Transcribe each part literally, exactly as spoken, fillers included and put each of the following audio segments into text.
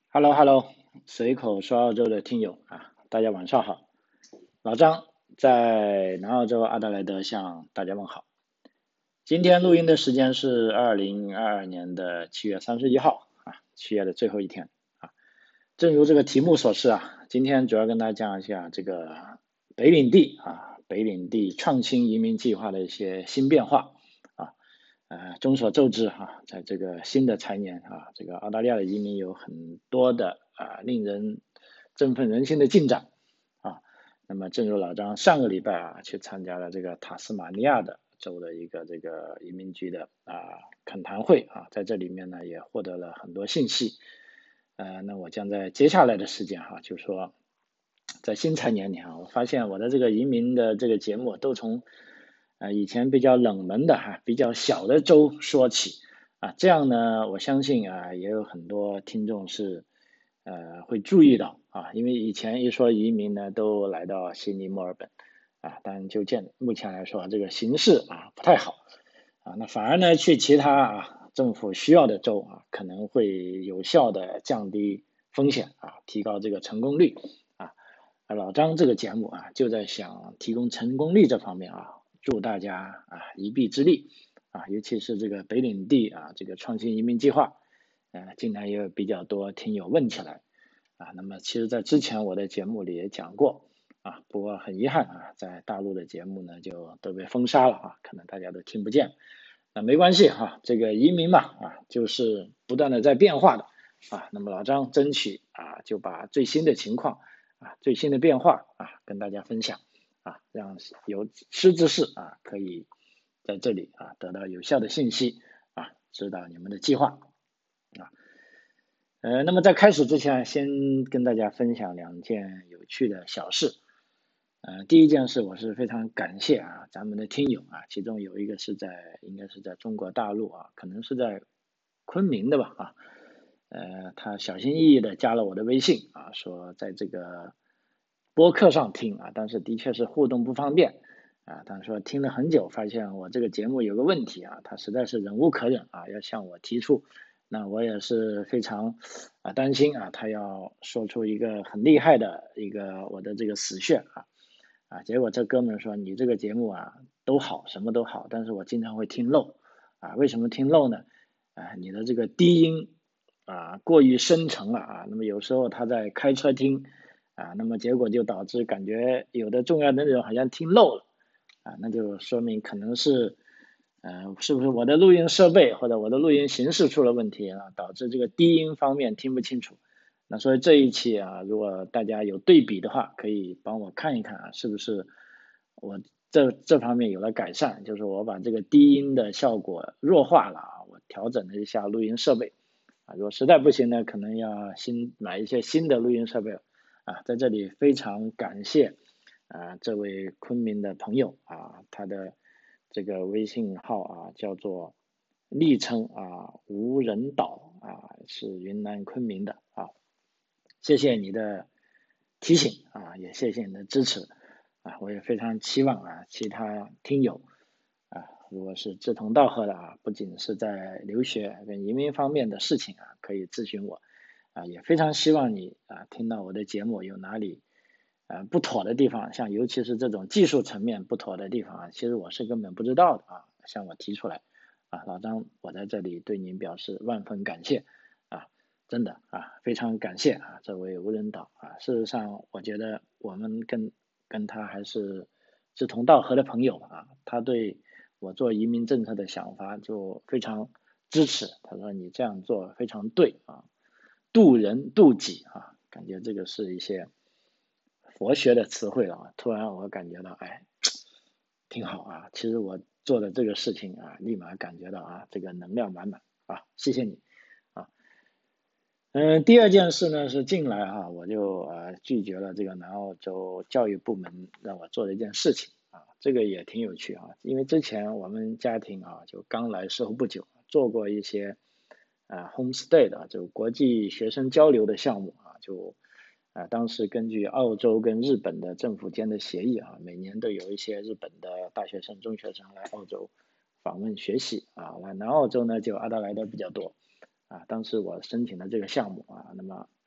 h e l l o h e l l o 随口说澳洲的听友啊，大家晚上好，老张在南澳洲阿德莱德向大家问好。今天录音的时间是二零二二年的七月三十一号啊，七月的最后一天啊。正如这个题目所示啊，今天主要跟大家讲一下这个北领地啊，北领地创新移民计划的一些新变化啊。呃，众所周知哈、在这个新的财年啊，这个澳大利亚的移民有很多的啊令人振奋人心的进展啊。那么，正如老张上个礼拜啊去参加了这个塔斯马尼亚的州的一个这个移民局的啊恳谈会啊，在这里面呢也获得了很多信息。呃，那我将在接下来的时间哈、就说在新财年里啊，我发现我的这个移民的这个节目都从呃以前比较冷门的哈、比较小的州说起啊，这样呢，我相信啊也有很多听众是呃会注意到啊，因为以前一说移民呢，都来到悉尼、墨尔本啊，但就见目前来说，这个形势啊不太好啊，那反而呢去其他啊政府需要的州啊，可能会有效的降低风险啊，提高这个成功率啊。啊老张这个节目啊，就在想提供成功率这方面啊，助大家啊一臂之力啊，尤其是这个北领地啊这个创新移民计划，呃，近来也有比较多听友问起来啊。那么其实，在之前我的节目里也讲过啊，不过很遗憾啊，在大陆的节目呢就都被封杀了啊，可能大家都听不见。那没关系哈，这个移民嘛啊，就是不断的在变化的啊。那么老张争取啊，就把最新的情况啊、最新的变化啊跟大家分享啊，让有识之士啊可以在这里啊得到有效的信息啊，知道你们的计划啊。呃，那么在开始之前，先跟大家分享两件有趣的小事。呃，第一件事我是非常感谢啊，咱们的听友啊，其中有一个是在应该是在中国大陆啊，可能是在昆明的吧啊，呃，他小心翼翼的加了我的微信啊，说在这个播客上听啊，但是的确是互动不方便啊，他说听了很久，发现我这个节目有个问题啊，他实在是忍无可忍啊，要向我提出，那我也是非常啊担心啊，他要说出一个很厉害的一个我的这个死穴啊。啊，结果这哥们说你这个节目啊都好，什么都好，但是我经常会听漏啊，为什么听漏呢？啊，你的这个低音啊过于深沉了啊，那么有时候他在开车听啊，那么结果就导致感觉有的重要的内容好像听漏了啊，那就说明可能是呃是不是我的录音设备或者我的录音形式出了问题啊，导致这个低音方面听不清楚。那所以这一期啊，如果大家有对比的话，可以帮我看一看啊，是不是我这这方面有了改善，就是我把这个低音的效果弱化了啊，我调整了一下录音设备啊，如果实在不行呢，可能要新买一些新的录音设备了啊，在这里非常感谢啊这位昆明的朋友啊，他的这个微信号啊叫做昵称啊无人岛啊，是云南昆明的啊。谢谢你的提醒啊，也谢谢你的支持啊，我也非常期望啊，其他听友啊，如果是志同道合的啊，不仅是在留学跟移民方面的事情啊，可以咨询我啊，也非常希望你啊，听到我的节目有哪里呃不妥的地方，像尤其是这种技术层面不妥的地方啊，其实我是根本不知道的啊，向我提出来啊，老张，我在这里对您表示万分感谢啊。真的啊，非常感谢啊，这位无人岛啊。事实上，我觉得我们跟跟他还是志同道合的朋友啊。他对我做移民政策的想法就非常支持。他说你这样做非常对啊，渡人渡己啊，感觉这个是一些佛学的词汇了啊。突然我感觉到，哎，挺好啊。其实我做的这个事情啊，立马感觉到啊，这个能量满满啊，谢谢你。啊。嗯，第二件事呢是近来哈、我就呃拒绝了这个南澳洲教育部门让我做的一件事情啊，这个也挺有趣啊，因为之前我们家庭啊就刚来时候不久，做过一些啊 homestay 的就国际学生交流的项目啊，就啊当时根据澳洲跟日本的政府间的协议啊，每年都有一些日本的大学生、中学生来澳洲访问学习啊，来南澳洲呢就阿德莱德比较多。啊，当时我申请了这个项目啊，那么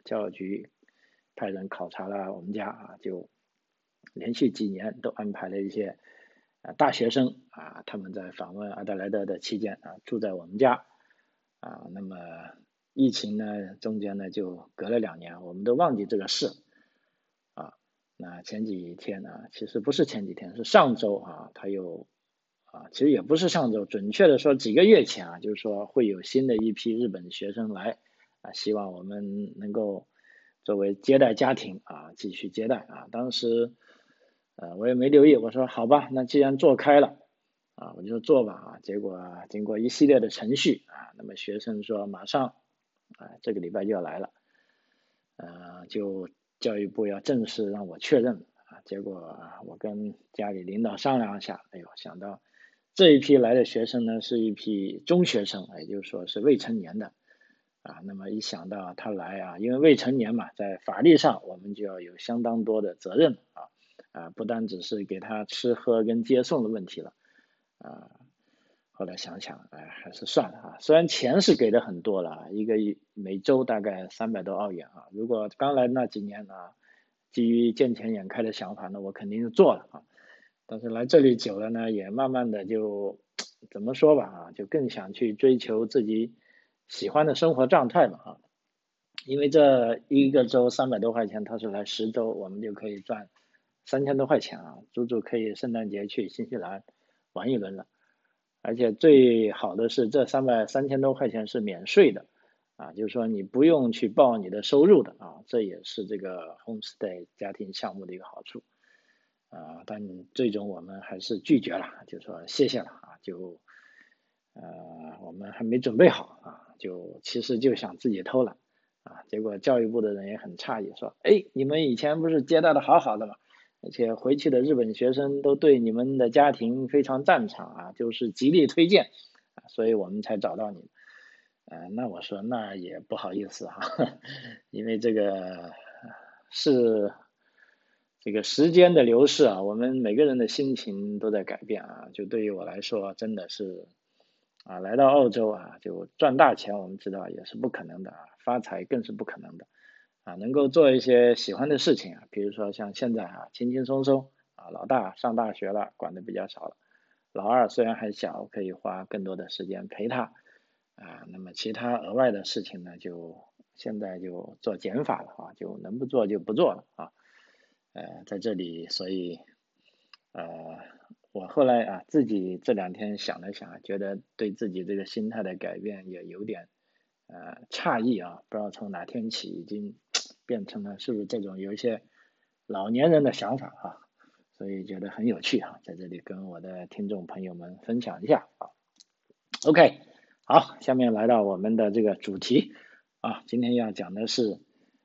教育局派人考察了我们家啊，就连续几年都安排了一些啊大学生啊，他们在访问阿德莱德的期间啊，住在我们家啊。那么疫情呢中间呢就隔了两年，我们都忘记这个事啊。那前几天呢，其实不是前几天，是上周啊，他又啊，其实也不是上周，准确的说几个月前啊，就是说会有新的一批日本学生来啊，希望我们能够作为接待家庭啊，继续接待啊。当时呃我也没留意，我说好吧，那既然做开了啊，我就做吧啊。结果啊经过一系列的程序啊，那么学生说马上啊这个礼拜就要来了，呃就教育部要正式让我确认啊。结果啊我跟家里领导商量一下，哎呦想到这一批来的学生呢是一批中学生，也就是说是未成年的啊。那么一想到他来啊，因为未成年嘛，在法律上我们就要有相当多的责任啊啊，不单只是给他吃喝跟接送的问题了啊。后来想想，哎，还是算了啊。虽然钱是给的很多了，一个每周大概三百多澳元啊。如果刚来那几年啊，基于见钱眼开的想法，那我肯定是做了啊。但是来这里久了呢，也慢慢的就怎么说吧啊，就更想去追求自己喜欢的生活状态嘛啊。因为这一个周三百多块钱，他是来十周，我们就可以赚三千多块钱啊，足足可以圣诞节去新西兰玩一轮了。而且最好的是这三百三千多块钱是免税的啊，就是说你不用去报你的收入的啊，这也是这个 homestay 家庭项目的一个好处啊。但最终我们还是拒绝了，就说谢谢了啊，就呃我们还没准备好啊，就其实就想自己偷懒啊。结果教育部的人也很诧异，说哎你们以前不是接待的好好的吗？而且回去的日本学生都对你们的家庭非常赞赏啊，就是极力推荐啊，所以我们才找到你。呃，那我说那也不好意思哈，因为这个是这个时间的流逝啊，我们每个人的心情都在改变啊。就对于我来说，真的是啊，来到澳洲啊，就赚大钱，我们知道也是不可能的啊，发财更是不可能的。啊，能够做一些喜欢的事情啊，比如说像现在啊，轻轻松松啊，老大上大学了，管的比较少了，老二虽然还小，可以花更多的时间陪他啊，那么其他额外的事情呢，就现在就做减法了啊，就能不做就不做了啊，呃，在这里，所以呃，我后来啊，自己这两天想了想，觉得对自己这个心态的改变也有点呃诧异啊，不知道从哪天起已经变成了是不是这种有一些老年人的想法啊，所以觉得很有趣啊，在这里跟我的听众朋友们分享一下啊。OK，好，下面来到我们的这个主题啊，今天要讲的是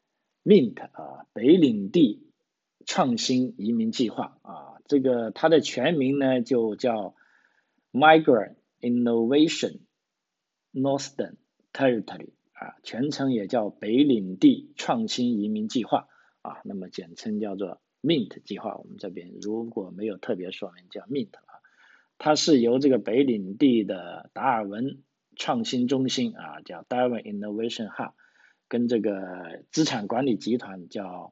Mint 啊，北领地创新移民计划啊，这个它的全名呢就叫 Migrant Innovation Northern Territory 啊，全称也叫北领地创新移民计划啊，那么简称叫做 Mint 计划，我们这边如果没有特别说明叫 Mint 啊。它是由这个北领地的达尔文创新中心啊，叫 Darwin Innovation Hub，跟这个资产管理集团叫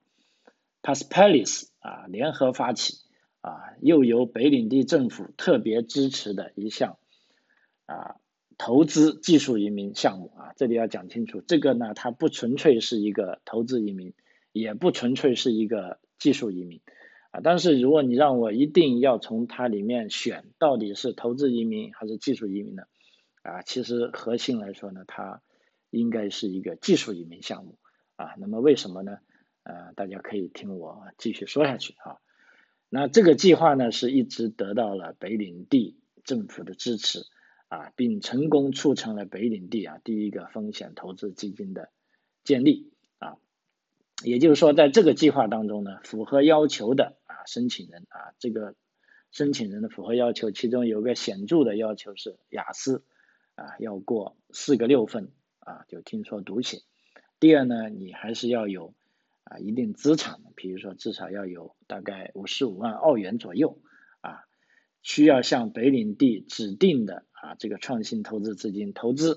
Paspalis 啊联合发起啊，又由北领地政府特别支持的一项啊投资技术移民项目啊，这里要讲清楚，这个呢它不纯粹是一个投资移民，也不纯粹是一个技术移民。啊，但是如果你让我一定要从它里面选，到底是投资移民还是技术移民呢？啊，其实核心来说呢，它应该是一个技术移民项目啊。那么为什么呢？呃，大家可以听我继续说下去啊。那这个计划呢，是一直得到了北领地政府的支持啊，并成功促成了北领地啊第一个风险投资基金的建立啊。也就是说，在这个计划当中呢，符合要求的啊申请人啊，这个申请人的符合要求，其中有个显著的要求是雅思啊要过四个六分啊，就听说读写。第二呢，你还是要有啊一定资产，比如说至少要有大概五十五万澳元左右啊，需要向北领地指定的啊这个创新投资资金投资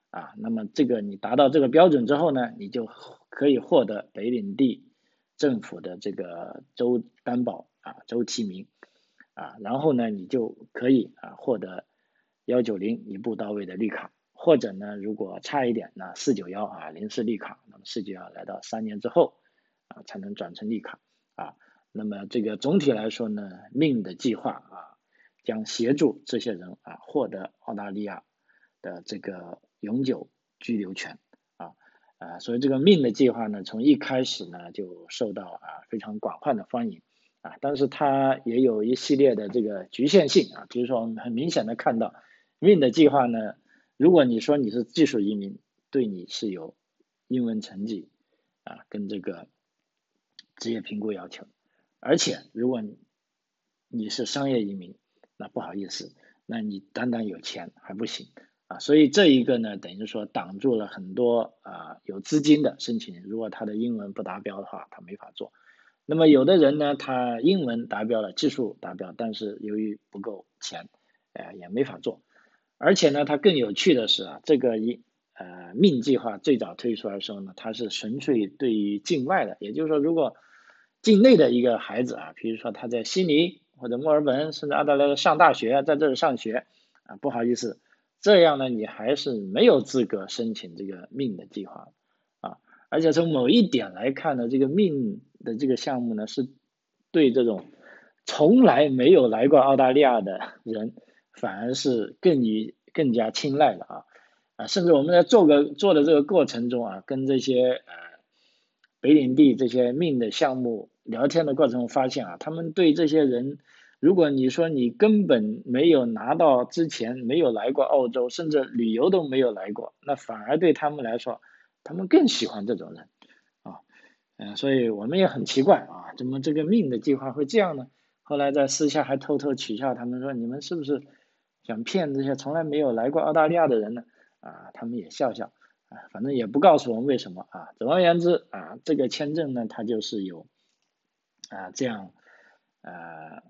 啊，那么这个你达到这个标准之后呢，你就可以获得北领地政府的这个州担保啊，州提名啊，然后呢，你就可以啊获得一九零一步到位的绿卡，或者呢，如果差一点呢，四九一啊临时绿卡，那么四九一来到三年之后啊才能转成绿卡啊。那么这个总体来说呢，Min 的计划啊，将协助这些人啊获得澳大利亚的这个永久居留权啊啊，所以这个 Min 的计划呢，从一开始呢就受到啊非常广泛的欢迎啊，但是它也有一系列的这个局限性啊，比如说我们很明显的看到 Min 的计划呢，如果你说你是技术移民，对你是有英文成绩啊跟这个职业评估要求，而且如果你是商业移民，那不好意思，那你单单有钱还不行啊，所以这一个呢，等于说挡住了很多啊有资金的申请人，如果他的英文不达标的话，他没法做。那么有的人呢，他英文达标了，技术达标，但是由于不够钱，呃，也没法做。而且呢，它更有趣的是啊，这个一呃命计划最早推出来的时候呢，它是纯粹对于境外的，也就是说，如果境内的一个孩子啊，比如说他在悉尼或者墨尔本，甚至澳大利亚上大学，在这里上学啊，不好意思，这样呢，你还是没有资格申请这个命的计划啊。而且从某一点来看呢，这个命的这个项目呢，是对这种从来没有来过澳大利亚的人，反而是更以更加青睐的啊啊，甚至我们在做个做的这个过程中啊，跟这些呃北领地这些命的项目聊天的过程中发现啊，他们对这些人，如果你说你根本没有拿到之前没有来过澳洲，甚至旅游都没有来过，那反而对他们来说，他们更喜欢这种人啊，嗯，所以我们也很奇怪啊，怎么这个命的计划会这样呢？后来在私下还偷偷取笑他们说，你们是不是想骗这些从来没有来过澳大利亚的人呢？啊，他们也笑笑。啊，反正也不告诉我们为什么啊。总而言之啊，这个签证呢，它就是有啊这样呃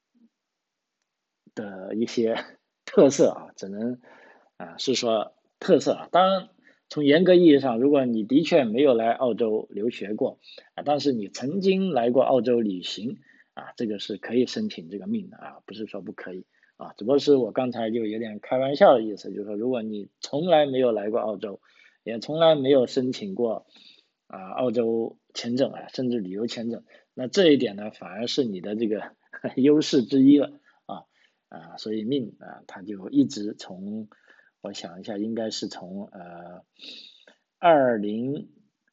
的一些特色啊，只能啊是说特色啊。当然，从严格意义上，如果你的确没有来澳洲留学过啊，但是你曾经来过澳洲旅行啊，这个是可以申请这个命的啊，不是说不可以啊，只不过是我刚才就有点开玩笑的意思，就是说如果你从来没有来过澳洲，也从来没有申请过啊澳洲签证啊，甚至旅游签证，那这一点呢，反而是你的这个优势之一了啊啊，所以命啊，它就一直从我想一下，应该是从呃二零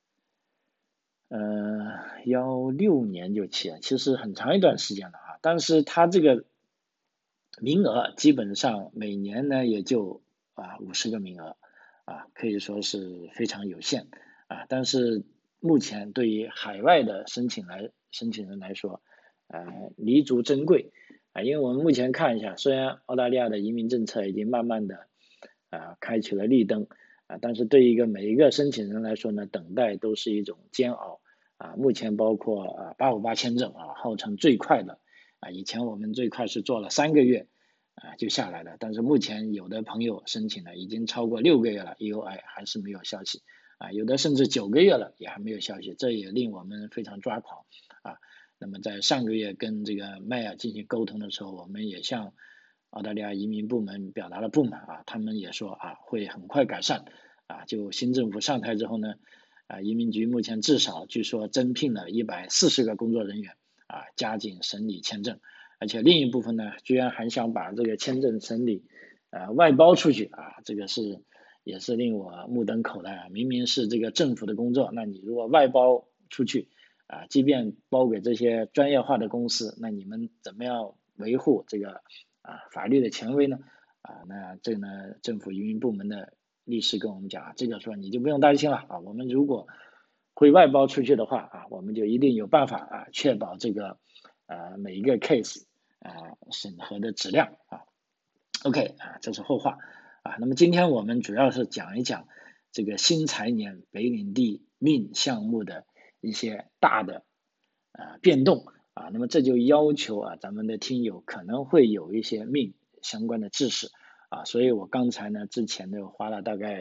呃幺六年就起了，其实很长一段时间了啊，但是它这个名额基本上每年呢也就啊五十个名额啊，可以说是非常有限啊。但是目前对于海外的申请来申请人来说，呃弥足珍贵啊，因为我们目前看一下，虽然澳大利亚的移民政策已经慢慢的啊开启了绿灯啊，但是对于一个每一个申请人来说呢，等待都是一种煎熬啊。目前包括啊八五八签证啊，号称最快的。啊，以前我们最快是做了三个月啊就下来了，但是目前有的朋友申请了已经超过六个月了 E O I 还是没有消息啊，有的甚至九个月了也还没有消息，这也令我们非常抓狂啊。那么在上个月跟这个迈尔进行沟通的时候，我们也向澳大利亚移民部门表达了不满啊，他们也说啊会很快改善啊，就新政府上台之后呢，啊移民局目前至少据说增聘了一百四十个工作人员。啊，加紧审理签证，而且另一部分呢，居然还想把这个签证审理呃外包出去啊，这个是也是令我目瞪口呆啊！明明是这个政府的工作，那你如果外包出去啊，即便包给这些专业化的公司，那你们怎么样维护这个啊法律的权威呢？啊，那这呢，政府移民部门的律师跟我们讲，这个说你就不用担心了啊，我们如果会外包出去的话啊，我们就一定有办法啊，确保这个呃每一个 case 啊审核的质量啊。OK 啊，这是后话啊。那么今天我们主要是讲一讲这个新财年北领地命项目的一些大的啊变动啊。那么这就要求啊咱们的听友可能会有一些命相关的知识啊，所以我刚才呢之前呢花了大概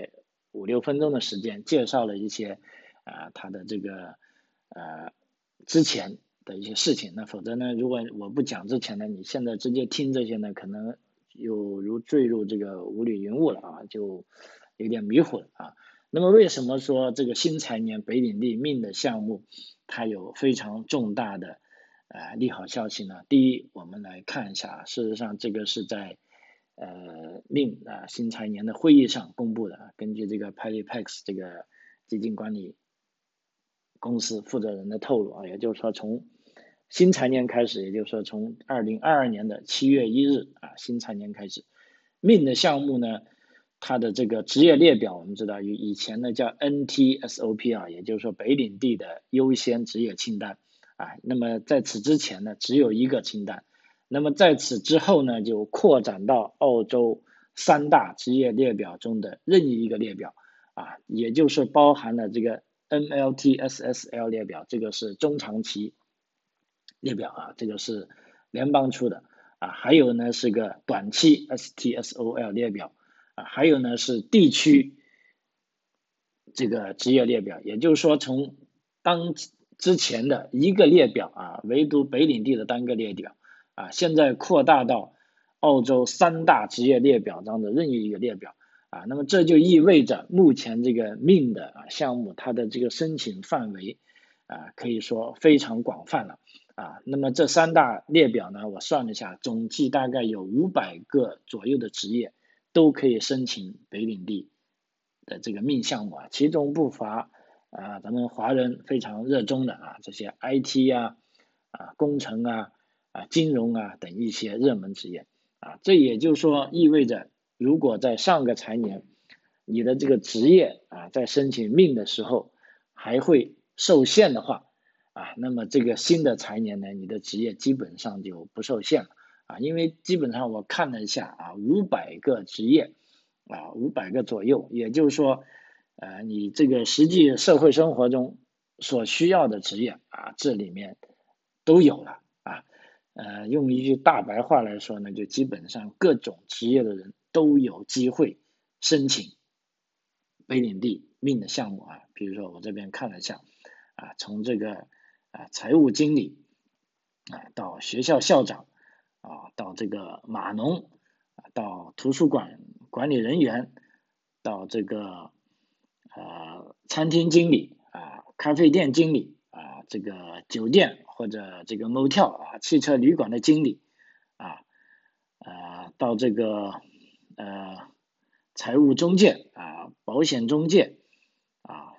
五六分钟的时间，介绍了一些啊、呃、他的这个呃之前的一些事情。那否则呢，如果我不讲之前呢，你现在直接听这些呢，可能有如坠入这个无里云雾了啊，就有点迷糊了啊。那么为什么说这个新财年北领地命的项目它有非常重大的呃利好消息呢？第一，我们来看一下，事实上这个是在呃命啊新财年的会议上公布的，根据这个 Palipex 这个基金管理公司负责人的透露啊，也就是说从新财年开始，也就是说从二零二二年的七月一日啊新财年开始，命的项目呢，它的这个职业列表我们知道以以前呢叫 N T S O P 啊，也就是说北领地的优先职业清单啊，那么在此之前呢只有一个清单，那么在此之后呢就扩展到澳洲三大职业列表中的任意一个列表啊，也就是包含了这个 N L T S S L 列表，这个是中长期列表啊，这个是联邦出的啊，还有呢是个短期 S T S O L 列表啊，还有呢是地区这个职业列表，也就是说从当之前的一个列表啊，唯独北领地的单个列表啊，现在扩大到澳洲三大职业列表中的任意一个列表啊，那么这就意味着目前这个命的啊项目它的这个申请范围啊可以说非常广泛了啊，那么这三大列表呢，我算了一下，总计大概有五百个左右的职业都可以申请北领地的这个命项目啊，其中不乏啊咱们华人非常热衷的啊这些 I T 啊啊工程啊啊金融啊等一些热门职业啊，这也就是说意味着如果在上个财年你的这个职业啊在申请命的时候还会受限的话啊，那么这个新的财年呢，你的职业基本上就不受限了啊，因为基本上我看了一下啊，五百个职业啊，五百个左右，也就是说，呃，你这个实际社会生活中所需要的职业啊，这里面都有了啊，呃，用一句大白话来说呢，就基本上各种职业的人都有机会申请北领地命的项目啊，比如说我这边看了一下啊，从这个啊财务经理啊到学校校长啊到这个码农啊到图书馆管理人员到这个呃餐厅经理啊咖啡店经理啊这个酒店或者这个 motel 啊汽车旅馆的经理啊呃到这个呃财务中介啊保险中介啊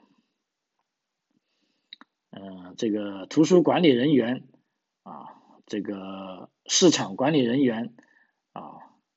呃这个图书管理人员啊这个市场管理人员啊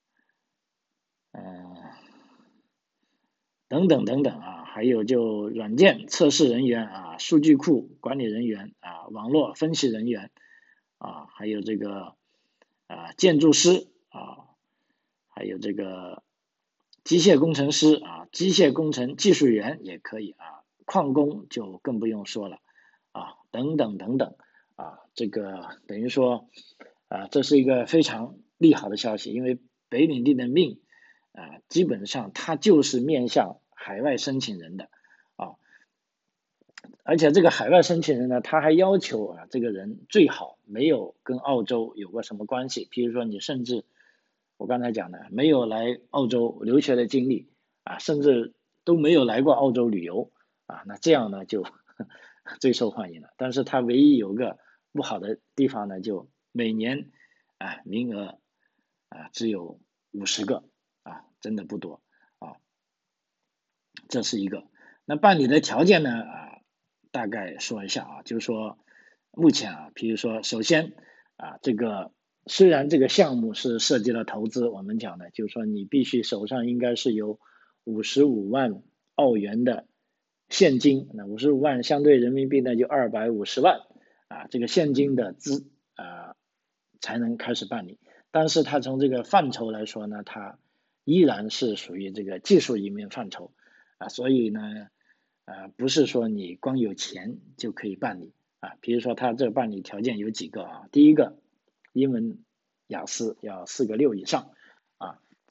呃等等等等啊，还有就软件测试人员啊，数据库管理人员啊，网络分析人员啊，还有这个啊建筑师啊，还有这个机械工程师啊，机械工程技术员也可以啊，矿工就更不用说了啊，等等等等啊，这个等于说啊，这是一个非常利好的消息，因为北领地的命啊，基本上它就是面向海外申请人的啊，而且这个海外申请人呢，他还要求啊，这个人最好没有跟澳洲有过什么关系，比如说你甚至我刚才讲的没有来澳洲留学的经历啊，甚至都没有来过澳洲旅游啊，那这样呢就最受欢迎了。但是它唯一有个不好的地方呢，就每年啊名额啊只有五十个啊，真的不多啊，这是一个。那办理的条件呢啊，大概说一下啊，就是说目前啊，比如说首先啊，这个虽然这个项目是涉及了投资，我们讲的就是说你必须手上应该是有五十五万澳元的现金，那五十五万相对人民币呢就二百五十万啊，这个现金的资啊才能开始办理。但是它从这个范畴来说呢，它依然是属于这个技术移民范畴啊，所以呢，呃，不是说你光有钱就可以办理啊。比如说它这办理条件有几个啊，第一个，英文雅思要四个六以上啊，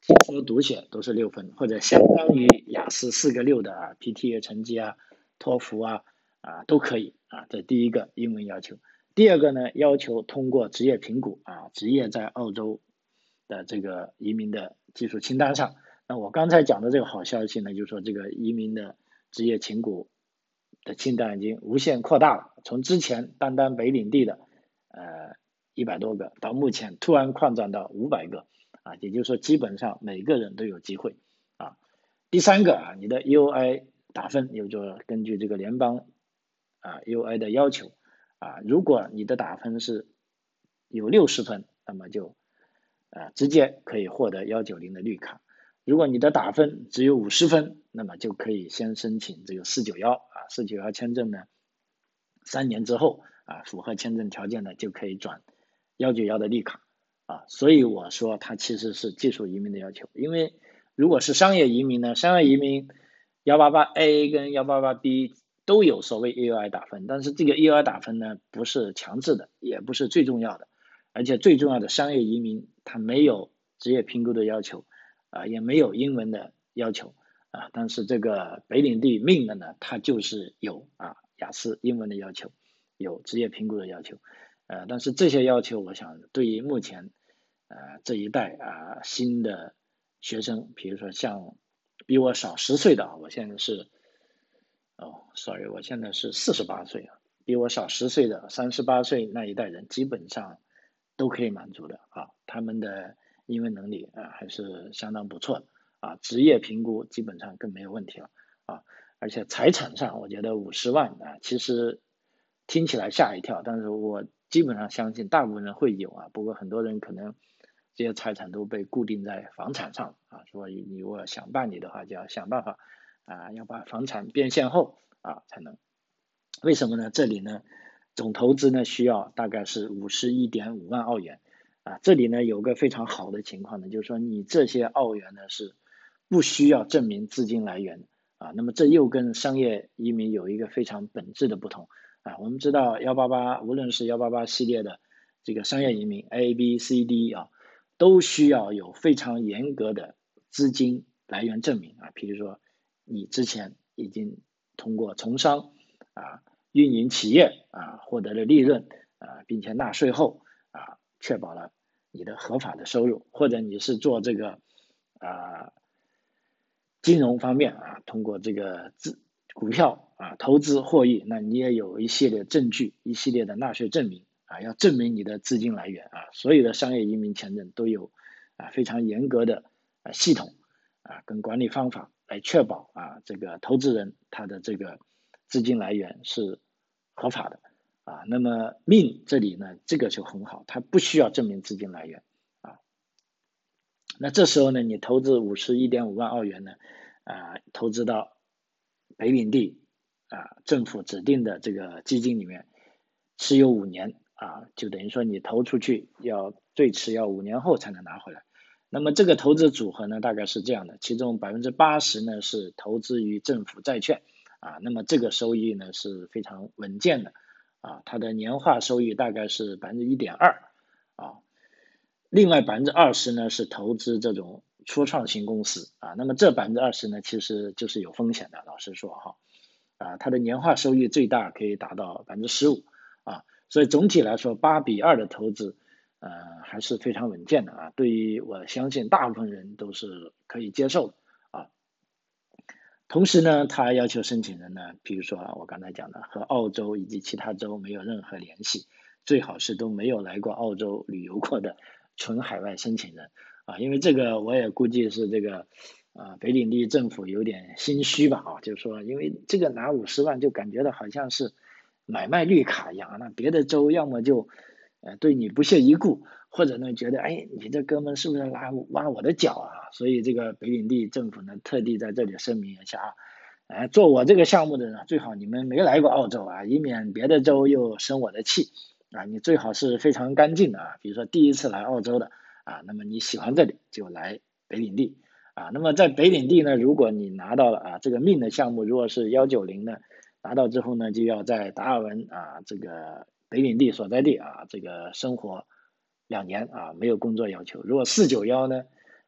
听说读写都是六分，或者相当于雅思四个六的啊 P T A 成绩啊，托福啊啊都可以啊。这第一个英文要求。第二个呢，要求通过职业评估啊，职业在澳洲的这个移民的技术清单上。那我刚才讲的这个好消息呢，就是说这个移民的职业评估的清单已经无限扩大了，从之前单单北领地的呃一百多个，到目前突然扩展到五百个啊，也就是说基本上每个人都有机会啊。第三个啊，你的 U I 打分，也就是说根据这个联邦啊 U I 的要求啊，如果你的打分是有六十分，那么就啊直接可以获得幺九零的绿卡。如果你的打分只有五十分，那么就可以先申请这个四九一啊，四九一签证呢，三年之后啊，符合签证条件的就可以转幺九一的绿卡啊。所以我说它其实是技术移民的要求，因为如果是商业移民呢，商业移民幺八八 A 跟幺八八 B 都有所谓 A U I 打分，但是这个 A U I 打分呢不是强制的，也不是最重要的，而且最重要的商业移民它没有职业评估的要求。啊，也没有英文的要求啊，但是这个北领地命的呢，它就是有啊雅思英文的要求，有职业评估的要求，呃，但是这些要求，我想对于目前呃这一代啊新的学生，比如说像比我少十岁的，我现在是哦，sorry，我现在是四十八岁啊，比我少十岁的三十八岁那一代人，基本上都可以满足的啊，他们的英文能力啊还是相当不错的啊，职业评估基本上更没有问题了啊，而且财产上我觉得五十万啊，其实听起来吓一跳，但是我基本上相信大部分人会有啊，不过很多人可能这些财产都被固定在房产上啊，所以你如果想办理的话，就要想办法啊，要把房产变现后啊才能。为什么呢？这里呢，总投资呢需要大概是五十一点五万澳元。啊，这里呢有个非常好的情况呢，就是说你这些澳元呢是不需要证明资金来源啊，那么这又跟商业移民有一个非常本质的不同啊。我们知道幺八八，无论是幺八八系列的这个商业移民 A、B、C、D 啊，都需要有非常严格的资金来源证明啊，比如说你之前已经通过从商啊运营企业啊获得了利润啊，并且纳税后啊确保了你的合法的收入，或者你是做这个啊金融方面啊，通过这个资股票啊投资获益，那你也有一系列证据，一系列的纳税证明啊，要证明你的资金来源啊。所有的商业移民签证都有啊非常严格的啊系统啊跟管理方法来确保啊这个投资人他的这个资金来源是合法的啊。那么命这里呢，这个就很好，它不需要证明资金来源啊。那这时候呢，你投资五十一点五万澳元呢，啊，投资到北领地啊政府指定的这个基金里面，持有五年啊，就等于说你投出去要最迟要五年后才能拿回来。那么这个投资组合呢，大概是这样的，其中百分之八十呢是投资于政府债券啊，那么这个收益呢是非常稳健的啊，它的年化收益大概是百分之一点二啊。另外百分之二十呢是投资这种初创型公司啊，那么这百分之二十呢其实就是有风险的，老实说哈，啊，它的年化收益最大可以达到百分之十五啊，所以总体来说八比二的投资，呃还是非常稳健的啊，对于我相信大部分人都是可以接受的啊。同时呢，他要求申请人呢，比如说我刚才讲的和澳洲以及其他州没有任何联系，最好是都没有来过澳洲旅游过的纯海外申请人啊，因为这个我也估计是这个啊北领地政府有点心虚吧啊，就是说因为这个拿五十万就感觉到好像是买卖绿卡一样，那别的州要么就呃对你不屑一顾，或者呢觉得哎你这哥们是不是拉挖我的脚啊？所以这个北领地政府呢特地在这里声明一下啊，哎做我这个项目的人最好你们没来过澳洲啊，以免别的州又生我的气啊，你最好是非常干净的啊，比如说第一次来澳洲的啊，那么你喜欢这里就来北领地啊，那么在北领地呢，如果你拿到了啊这个命的项目，如果是幺九零呢，拿到之后呢，就要在达尔文啊这个北领地所在地啊这个生活两年啊，没有工作要求。如果四九幺呢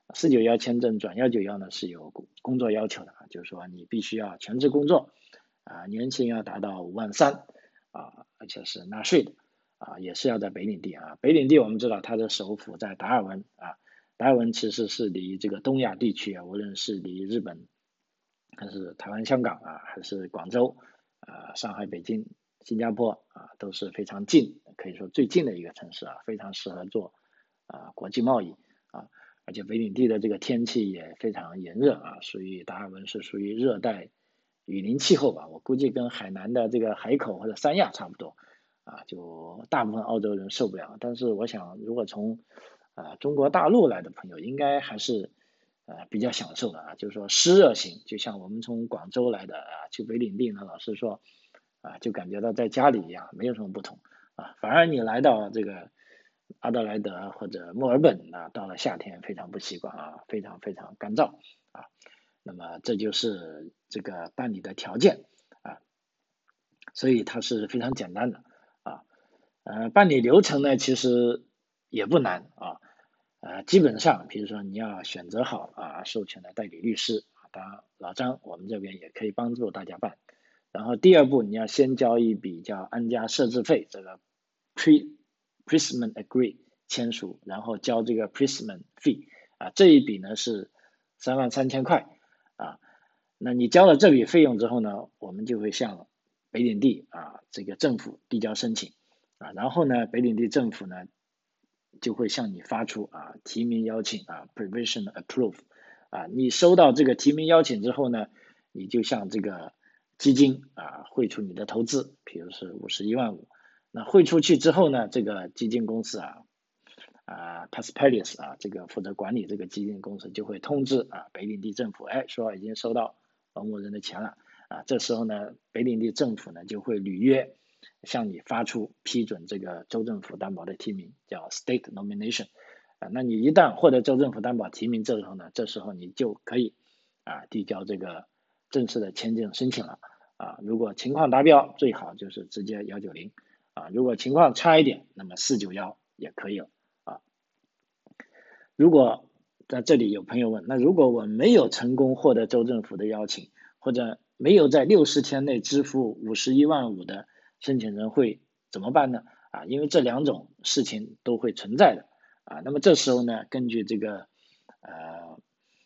四九幺签证转幺九幺呢是有工作要求的啊，就是说你必须要全职工作啊，年薪要达到五万三啊，而且是纳税的啊，也是要在北领地啊。北领地我们知道它的首府在达尔文啊，达尔文其实是离这个东亚地区啊，无论是离日本还是台湾、香港啊，还是广州啊、上海、北京、新加坡啊，都是非常近，可以说最近的一个城市啊，非常适合做啊国际贸易啊。而且北领地的这个天气也非常炎热啊，属于达尔文是属于热带雨林气候吧，我估计跟海南的这个海口或者三亚差不多啊，就大部分澳洲人受不了。但是我想，如果从啊中国大陆来的朋友，应该还是呃比较享受的啊，就是说湿热型，就像我们从广州来的啊，去北领地呢，老实说啊，就感觉到在家里一样，没有什么不同啊，反而你来到这个阿德莱德或者墨尔本啊，到了夏天非常不习惯啊，非常非常干燥啊。那么这就是这个办理的条件啊，所以它是非常简单的啊。呃，办理流程呢其实也不难啊。呃，基本上比如说你要选择好啊授权的代理律师啊，当然老张我们这边也可以帮助大家办。然后第二步你要先交一笔叫安家设置费，这个 pre placement agree 签署，然后交这个 placement fee 啊，这一笔呢是三万三千块啊。那你交了这笔费用之后呢，我们就会向北领地啊这个政府递交申请啊，然后呢北领地政府呢就会向你发出啊提名邀请啊 provisional approve 啊，你收到这个提名邀请之后呢，你就向这个基金啊汇出你的投资，比如是五十一万五，那汇出去之后呢，这个基金公司啊啊 Paspalis 啊这个负责管理这个基金公司就会通知啊北领地政府，哎说已经收到某某人的钱了啊，这时候呢北领地政府呢就会履约向你发出批准这个州政府担保的提名，叫 State Nomination 啊，那你一旦获得州政府担保提名，这时候呢，这时候你就可以啊递交这个正式的签证申请了啊，如果情况达标，最好就是直接幺九零啊，如果情况差一点，那么四九幺也可以了啊。如果在这里有朋友问，那如果我没有成功获得州政府的邀请，或者没有在六十天内支付五十一万五的申请人会怎么办呢？啊，因为这两种事情都会存在的啊。那么这时候呢，根据这个呃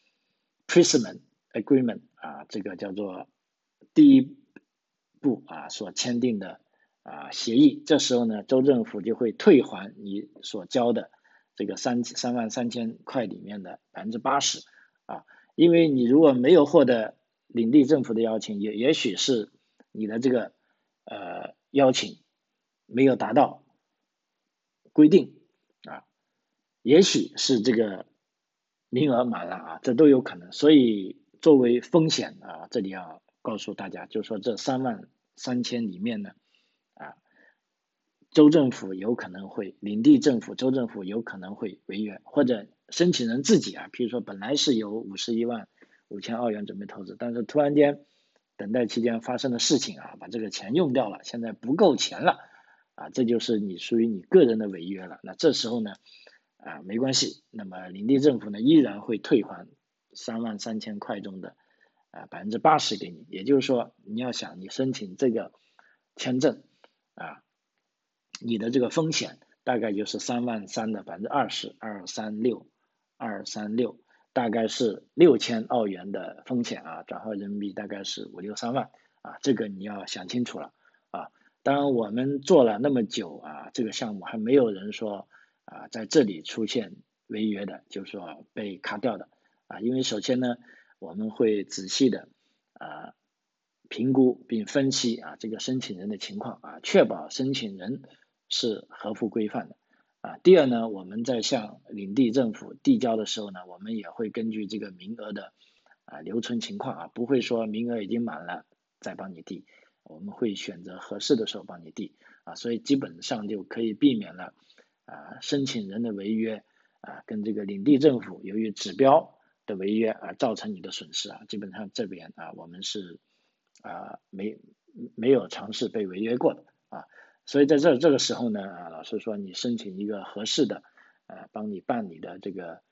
placement agreement 啊，这个叫做第一步啊所签订的啊协议，这时候呢，州政府就会退还你所交的这个三三万三千块里面的百分之八十啊，因为你如果没有获得领地政府的邀请，也也许是你的这个呃邀请没有达到规定啊，也许是这个名额满了啊，这都有可能。所以作为风险啊，这里要告诉大家，就是说这三万三千里面呢，啊，州政府有可能会，领地政府、州政府有可能会违约，或者申请人自己啊，比如说本来是有五十一万五千澳元准备投资，但是突然间等待期间发生的事情啊，把这个钱用掉了，现在不够钱了啊，这就是你属于你个人的违约了。那这时候呢？啊，没关系。那么领地政府呢，依然会退还三万三千块中的啊百分之八十给你。也就是说，你要想你申请这个签证啊，你的这个风险大概就是三万三的百分之二十，二三六，二三六，大概是六千澳元的风险啊，转换人民币大概是五六三万啊，这个你要想清楚了啊。当然，我们做了那么久啊，这个项目还没有人说。啊，在这里出现违约的，就是说被卡掉的啊，因为首先呢，我们会仔细的啊评估并分析啊这个申请人的情况啊，确保申请人是合乎规范的啊。第二呢，我们在向领地政府递交的时候呢，我们也会根据这个名额的啊留存情况啊，不会说名额已经满了再帮你递，我们会选择合适的时候帮你递啊，所以基本上就可以避免了。啊，申请人的违约啊，跟这个领地政府由于指标的违约而造成你的损失啊，基本上这边啊我们是啊没没有尝试被违约过的啊，所以在这这个时候呢啊，老师说你申请一个合适的啊帮你办理的这个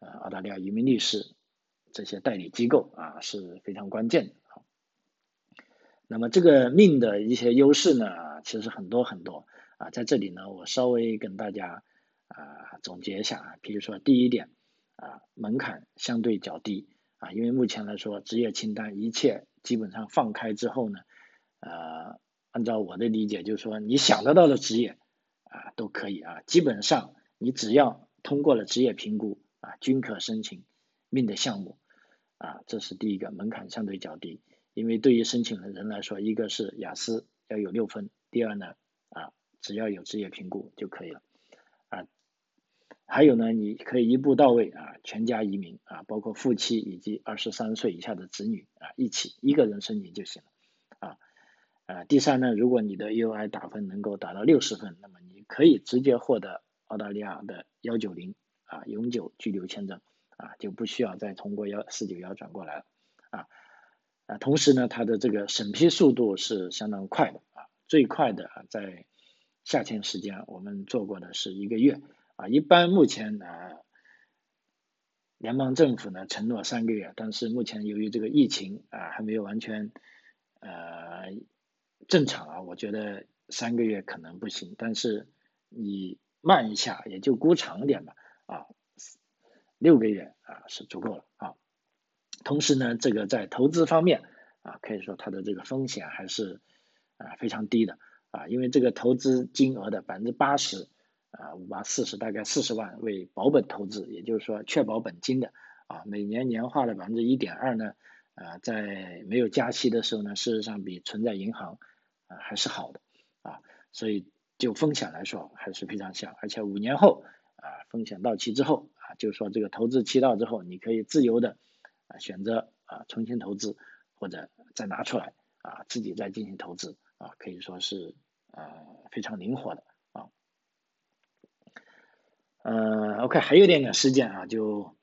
呃澳大利亚移民律师这些代理机构啊是非常关键的。那么这个命的一些优势呢，其实很多很多啊，在这里呢，我稍微跟大家啊总结一下啊，比如说第一点啊，门槛相对较低啊，因为目前来说职业清单一切基本上放开之后呢，呃，按照我的理解就是说你想得到的职业啊都可以啊，基本上你只要通过了职业评估啊，均可申请命的项目啊，这是第一个，门槛相对较低。因为对于申请的人来说，一个是雅思要有六分，第二呢，啊，只要有职业评估就可以了，啊，还有呢，你可以一步到位啊，全家移民啊，包括夫妻以及二十三岁以下的子女啊，一起一个人申请就行了，啊，啊，第三呢，如果你的 U I 打分能够达到六十分，那么你可以直接获得澳大利亚的一九零啊永久居留签证啊，就不需要再通过幺四九幺转过来了，啊。啊，同时呢，它的这个审批速度是相当快的啊，最快的啊，在夏天时间我们做过的是一个月啊，一般目前呢，联邦政府呢承诺三个月，但是目前由于这个疫情啊还没有完全呃正常啊，我觉得三个月可能不行，但是你慢一下也就估长一点吧啊，六个月啊是足够了啊。同时呢，这个在投资方面啊，可以说它的这个风险还是啊非常低的啊，因为这个投资金额的百分之八十啊五八四十大概四十万为保本投资，也就是说确保本金的啊，每年年化的百分之一点二呢，啊在没有加息的时候呢，事实上比存在银行啊还是好的啊，所以就风险来说还是非常小，而且五年后啊风险到期之后啊，就是说这个投资期到之后，你可以自由的。啊，选择啊重新投资，或者再拿出来啊自己再进行投资啊，可以说是呃非常灵活的啊。呃，OK，还有一点点时间啊，就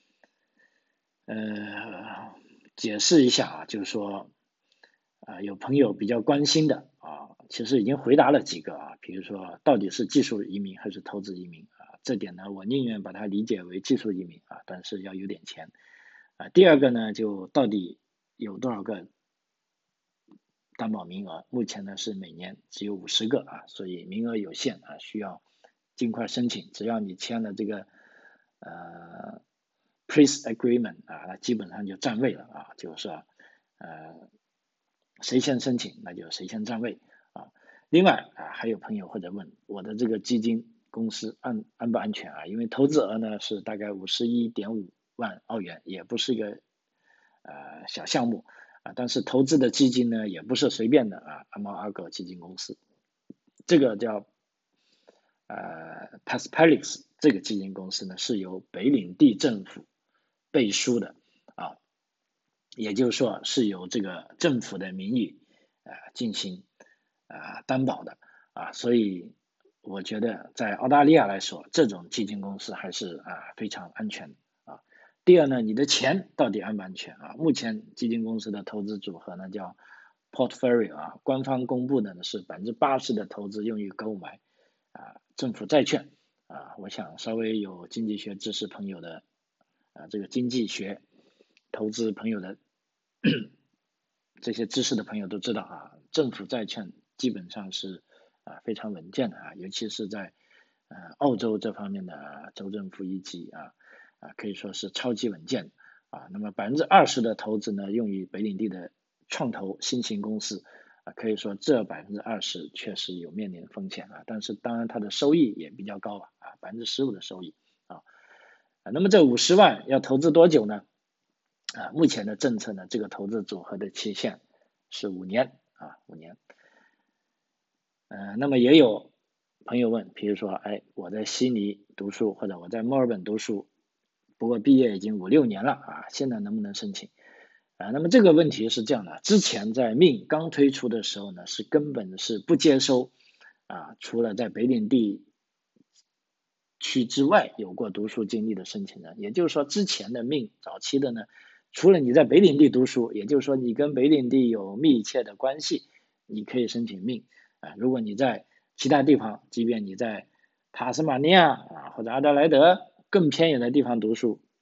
呃解释一下啊，就是说啊有朋友比较关心的啊，其实已经回答了几个啊，比如说到底是技术移民还是投资移民啊，这点呢我宁愿把它理解为技术移民啊，但是要有点钱。啊，第二个呢，就到底有多少个担保名额？目前呢是每年只有五十个啊，所以名额有限啊，需要尽快申请。只要你签了这个呃 Price Agreement 啊，那基本上就占位了啊，就是说呃谁先申请，那就谁先占位啊。另外啊，还有朋友或者问我的这个基金公司安安不安全啊？因为投资额呢是大概五十一点五万澳元，也不是一个呃小项目啊，但是投资的基金呢也不是随便的啊，阿猫阿狗基金公司，这个叫呃 Paspalis 这个基金公司呢是由北领地政府背书的啊，也就是说是由这个政府的名义啊、呃、进行啊、呃、担保的啊，所以我觉得在澳大利亚来说，这种基金公司还是啊非常安全的啊。第二呢，你的钱到底安不安全啊？目前基金公司的投资组合呢叫 portfolio 啊，官方公布的呢是百分之八十的投资用于购买啊政府债券啊。我想稍微有经济学知识朋友的啊这个经济学投资朋友的这些知识的朋友都知道啊，政府债券基本上是啊非常稳健的啊，尤其是在呃澳洲这方面的州政府一级啊啊可以说是超级稳健啊。那么百分之二十的投资呢用于北领地的创投新型公司啊，可以说这百分之二十确实有面临风险啊，但是当然它的收益也比较高啊啊百分之十五的收益啊啊。那么这五十万要投资多久呢？啊，目前的政策呢，这个投资组合的期限是五年啊，五年。呃，那么也有朋友问，比如说，哎，我在悉尼读书或者我在墨尔本读书，不过毕业已经五六年了啊，现在能不能申请？啊，那么这个问题是这样的，之前在命刚推出的时候呢，是根本是不接收啊，除了在北领地区之外有过读书经历的申请人，也就是说之前的命早期的呢。除了你在北领地读书，也就是说你跟北领地有密切的关系，你可以申请命啊。如果你在其他地方，即便你在塔斯马尼亚啊或者阿德莱德更偏远的地方读书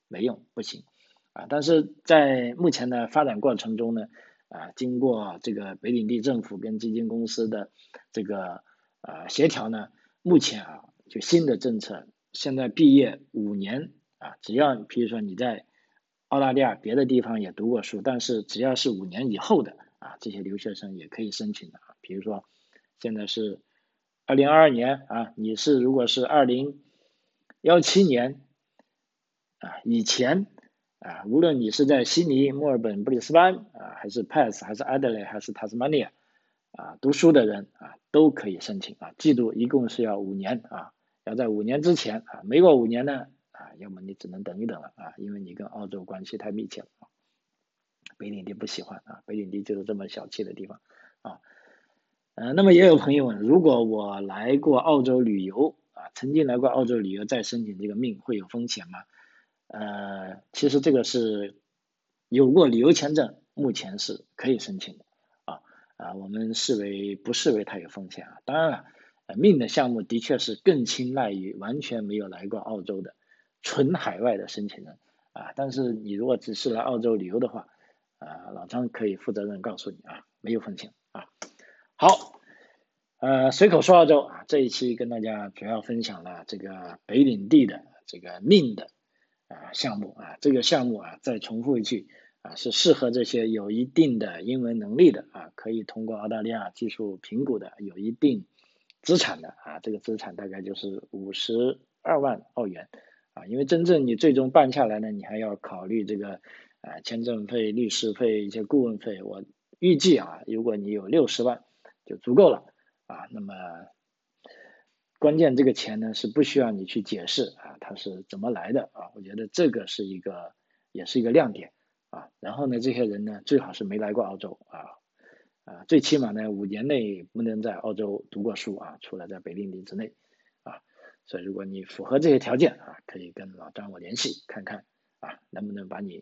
没用，不行啊。但是在目前的发展过程中呢，啊，经过这个北领地政府跟基金公司的这个呃协调呢，目前啊就新的政策，现在毕业五年啊，只要比如说你在澳大利亚别的地方也读过书，但是只要是五年以后的啊，这些留学生也可以申请的啊。比如说现在是二零二二年啊，你是如果是二零幺七年啊以前啊，无论你是在悉尼、墨尔本、布里斯班啊，还是 Perth 还是 Adelaide 还是 Tasmania 啊，读书的人啊都可以申请啊。记住，一共是要五年啊，要在五年之前啊，没过五年呢啊，要么你只能等一等了啊，因为你跟澳洲关系太密切了啊。北领地不喜欢啊，北领地就是这么小气的地方啊。呃，那么也有朋友问，如果我来过澳洲旅游啊，曾经来过澳洲旅游再申请这个命会有风险吗？呃，其实这个是有过旅游签证，目前是可以申请的啊啊，我们视为不视为它有风险啊。当然了，呃命的项目的确是更青睐于完全没有来过澳洲的纯海外的申请人啊。但是你如果只是来澳洲旅游的话，啊，老张可以负责任告诉你啊，没有风险啊。好，呃，随口说澳洲啊，这一期跟大家主要分享了这个北领地的这个命的啊项目啊，这个项目啊再重复一句啊，是适合这些有一定的英文能力的啊，可以通过澳大利亚技术评估的，有一定资产的啊，这个资产大概就是五十二万澳元啊，因为真正你最终办下来呢，你还要考虑这个啊签证费、律师费、一些顾问费，我预计啊，如果你有六十万就足够了啊，那么关键这个钱呢是不需要你去解释啊，它是怎么来的啊，我觉得这个是一个也是一个亮点啊。然后呢，这些人呢最好是没来过澳洲啊啊，最起码呢五年内不能在澳洲读过书啊，除了在北领地之内啊。所以如果你符合这些条件啊，可以跟老张我联系看看啊，能不能把你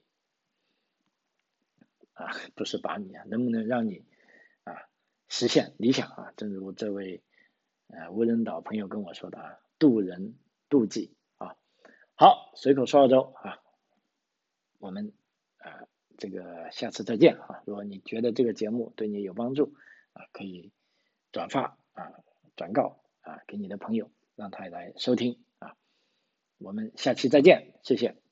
啊不是把你啊，能不能让你啊实现理想啊？正如这位呃无人岛朋友跟我说的啊，渡人渡己啊。好，随口说澳洲啊，我们啊这个下次再见啊。如果你觉得这个节目对你有帮助啊，可以转发啊转告啊给你的朋友，让他来收听啊。我们下期再见，谢谢。